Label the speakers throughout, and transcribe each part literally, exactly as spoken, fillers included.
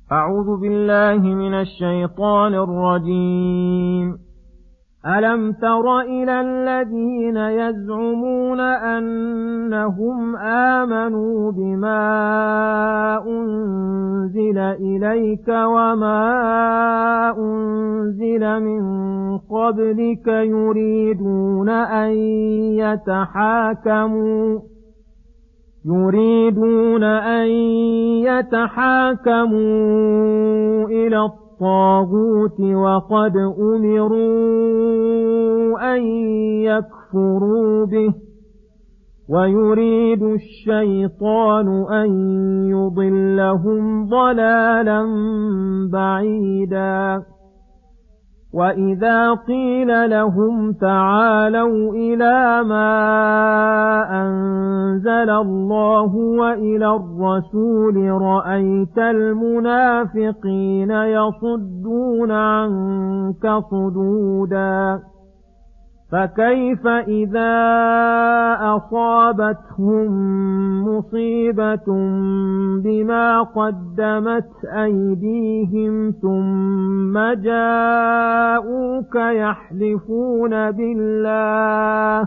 Speaker 1: أعوذ بالله من الشيطان الرجيم. ألم تر إلى الذين يزعمون أنهم آمنوا بما أنزل إليك وما أنزل من قبلك يريدون أن يتحاكموا يريدون أن يتحاكموا إلى الطاغوت وقد أمروا أن يكفروا به ويريد الشيطان أن يضلهم ضلالا بعيدا. وإذا قيل لهم تعالوا إلى ما أنزل الله وإلى الرسول رأيت المنافقين يصدون عنك صدودا. فكيف إذا أصابتهم مصيبة بما قدمت أيديهم ثم جاءوك يحلفون بالله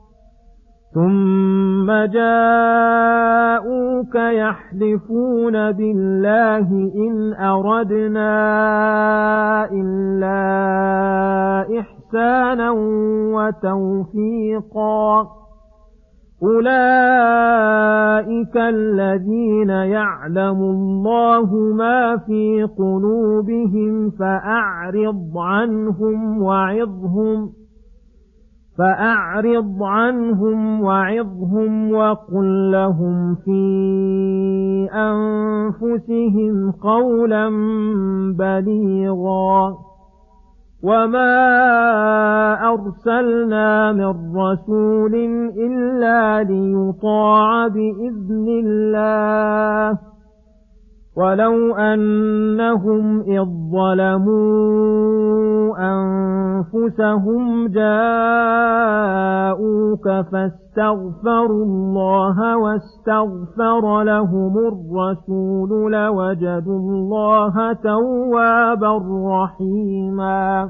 Speaker 1: ثم جاءوك يحلفون بالله إن أردنا إلا إحسانا وتوفيقا. أولئك الذين يعلم الله ما في قلوبهم فأعرض عنهم وعظهم فأعرض عنهم وعظهم وقل لهم في أنفسهم قولا بليغا. وما أرسلنا من رسول إلا ليطاع بإذن الله ولو أنهم إذ ظلموا أنفسهم جاءوك فاستغفروا الله واستغفر لهم الرسول لوجدوا الله توابا رحيما.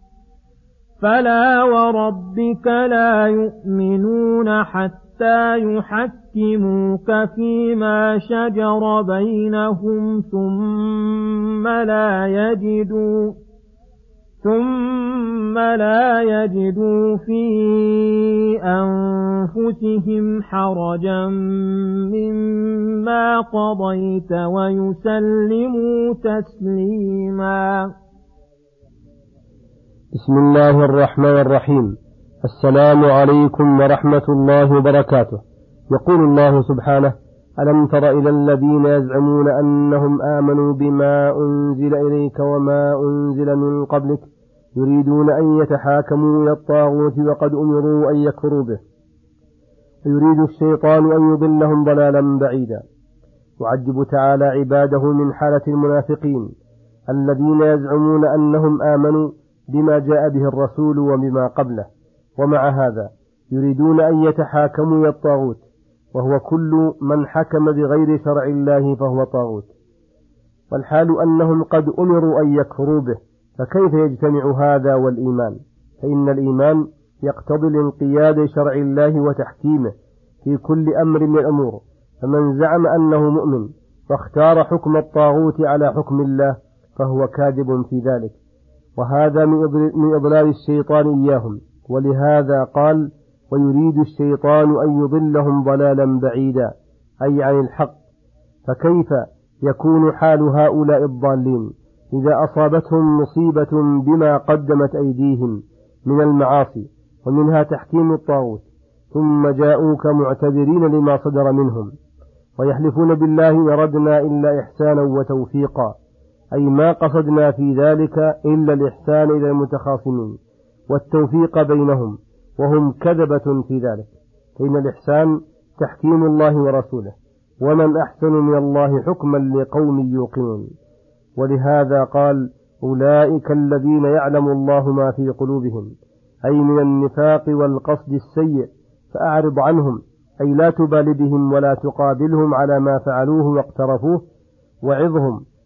Speaker 1: فلا وربك لا يؤمنون حتى يحكموك فيما شجر بينهم ثم لا يجدوا ثم لا يجدوا في أنفسهم حرجا مما قضيت ويسلموا تسليما.
Speaker 2: بسم الله الرحمن الرحيم. السلام عليكم ورحمة الله وبركاته. يقول الله سبحانه: ألم تر إلى الذين يزعمون أنهم آمنوا بما أنزل إليك وما أنزل من قبلك يريدون أن يتحاكموا إلى الطاغوت وقد أمروا أن يكفروا به ويريد الشيطان أن يضلهم ضلالا بعيدا. يعجب تعالى عباده من حالة المنافقين الذين يزعمون أنهم آمنوا بما جاء به الرسول وبما قبله، ومع هذا يريدون أن يتحاكموا إلى الطاغوت، وهو كل من حكم بغير شرع الله فهو طاغوت، والحال أنهم قد أمروا أن يكفروا به. فكيف يجتمع هذا والإيمان؟ فإن الإيمان يقتضي الانقياد لشرع الله وتحكيمه في كل أمر من الأمور. فمن زعم أنه مؤمن واختار حكم الطاغوت على حكم الله فهو كاذب في ذلك، وهذا من إضلال الشيطان إياهم. ولهذا قال: ويريد الشيطان أن يضلهم ضلالا بعيدا، أي عن الحق. فكيف يكون حال هؤلاء الضالين إذا أصابتهم مصيبة بما قدمت أيديهم من المعاصي ومنها تحكيم الطاغوت، ثم جاءوك معتذرين لما صدر منهم ويحلفون بالله إن أردنا إلا إحسانا وتوفيقا، أي ما قصدنا في ذلك إلا الإحسان إلى المتخاصمين والتوفيق بينهم، وهم كذبة في ذلك. فإن الإحسان تحكيم الله ورسوله، ومن أحسن من الله حكما لقوم يوقنون. ولهذا قال: أولئك الذين يعلم الله ما في قلوبهم، أي من النفاق والقصد السيء، فأعرض عنهم، أي لا تبال بهم ولا تقابلهم على ما فعلوه واقترفوه، وعظهم،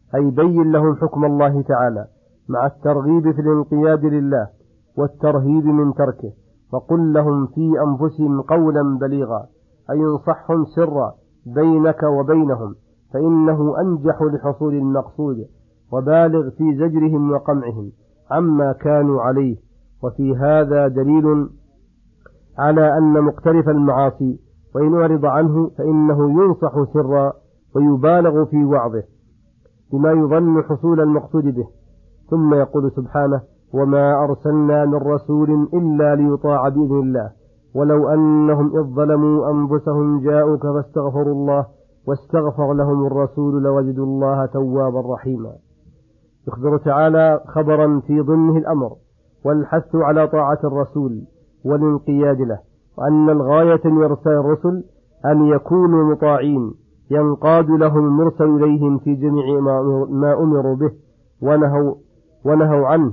Speaker 2: أي بين لهم حكم الله تعالى مع الترغيب في الانقياد لله والترهيب من تركه، وقل لهم في أنفسهم قولا بليغا، أي انصحهم سرا بينك وبينهم، فإنه أنجح لحصول المقصود، وبالغ في زجرهم وقمعهم عما كانوا عليه. وفي هذا دليل على أن مقترف المعاصي وإن أعرض عنه فإنه ينصح سرا ويبالغ في وعظه بما يظن حصول المقصود به. ثم يقول سبحانه: وما أرسلنا من رسول إلا ليطاع بإذن الله ولو أنهم إذ ظلموا أنفسهم جاءوك فاستغفروا الله واستغفر لهم الرسول لوجدوا الله توابا رحيما. يخبر تعالى خبرا في ضمنه الأمر والحث على طاعة الرسول والانقياد له، وأن الغاية من إرسال الرسل أن يكونوا مطاعين ينقاد لهم المرسل إليهم في جميع ما أمروا به ونهوا, ونهوا عنه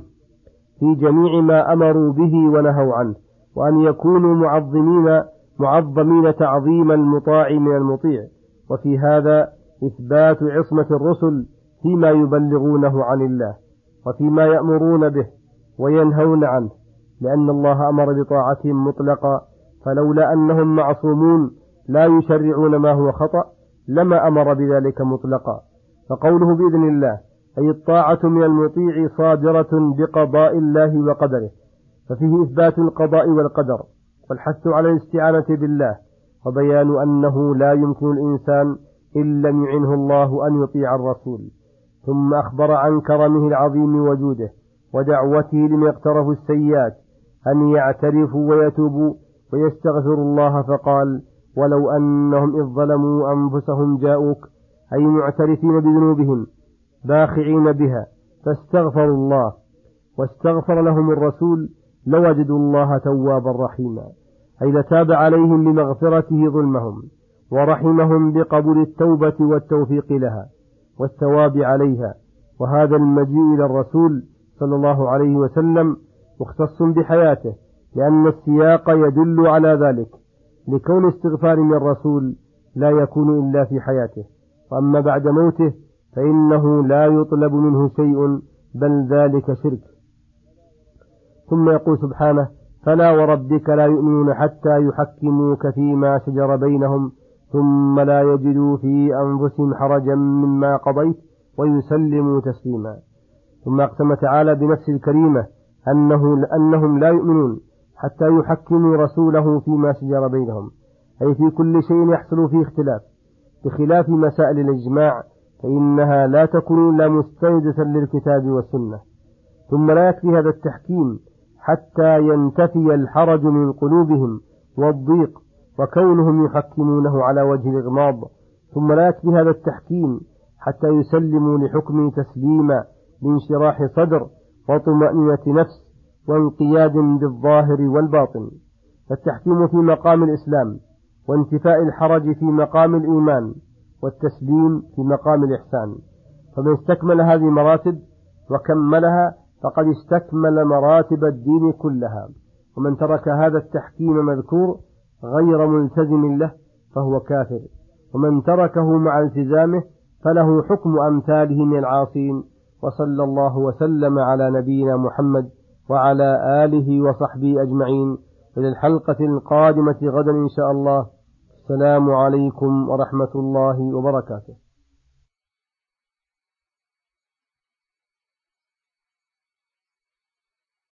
Speaker 2: في جميع ما أمروا به ونهوا عنه، وأن يكونوا معظمين معظمين تعظيم المطاع من المطيع. وفي هذا إثبات عصمة الرسل فيما يبلغونه عن الله وفيما يأمرون به وينهون عنه، لأن الله أمر بطاعتهم مطلقا، فلولا أنهم معصومون لا يشرعون ما هو خطأ لما أمر بذلك مطلقا. فقوله بإذن الله أي الطاعة من المطيع صادرة بقضاء الله وقدره، ففيه إثبات القضاء والقدر والحث على الاستعانة بالله، وبيان أنه لا يمكن الإنسان إن لم يعنه الله أن يطيع الرسول. ثم أخبر عن كرمه العظيم وجوده ودعوته لمن اقترفوا السيئات أن يعترفوا ويتوبوا ويستغفروا الله، فقال: ولو أنهم إذ ظلموا أنفسهم جاءوك، أي معترفين بذنوبهم باخعين بها فاستغفروا الله واستغفر لهم الرسول لوجدوا الله توابا رحيما، أي لتاب عليهم بمغفرته ظلمهم ورحمهم بقبول التوبة والتوفيق لها والثواب عليها. وهذا المجيء إلى الرسول صلى الله عليه وسلم مختص بحياته، لأن السياق يدل على ذلك، لكون استغفار من الرسول لا يكون إلا في حياته، وأما بعد موته فإنه لا يطلب منه شيء بل ذلك شرك. ثم يقول سبحانه: فلا وربك لا يؤمنون حتى يحكموك فيما شجر بينهم ثم لا يجدوا في أنفسهم حرجا مما قضيت ويسلموا تسليما. ثم أقسم تعالى بنفس الكريمة أنه أنهم لا يؤمنون حتى يحكموا رسوله فيما شجر بينهم، أي في كل شيء يحصل فيه اختلاف، بخلاف مسائل الإجماع فإنها لا تكون إلا مستندة للكتاب والسنة. ثم لا يكفي هذا التحكيم حتى ينتفي الحرج من قلوبهم والضيق وكونهم يحكمونه على وجه الإغماض. ثم لا يكفي هذا التحكيم حتى يسلموا لحكم تسليما بانشراح صدر وطمأنينة نفس وانقياد بالظاهر والباطن. فالتحكيم في مقام الإسلام وانتفاء الحرج في مقام الإيمان والتسليم في مقام الإحسان. فمن استكمل هذه المراتب وكملها فقد استكمل مراتب الدين كلها، ومن ترك هذا التحكيم مذكور غير ملتزم له فهو كافر، ومن تركه مع التزامه فله حكم أمثاله من العاصين. وصلى الله وسلم على نبينا محمد وعلى آله وصحبه أجمعين. إلى الحلقة القادمة غدا إن شاء الله. السلام عليكم ورحمة الله وبركاته.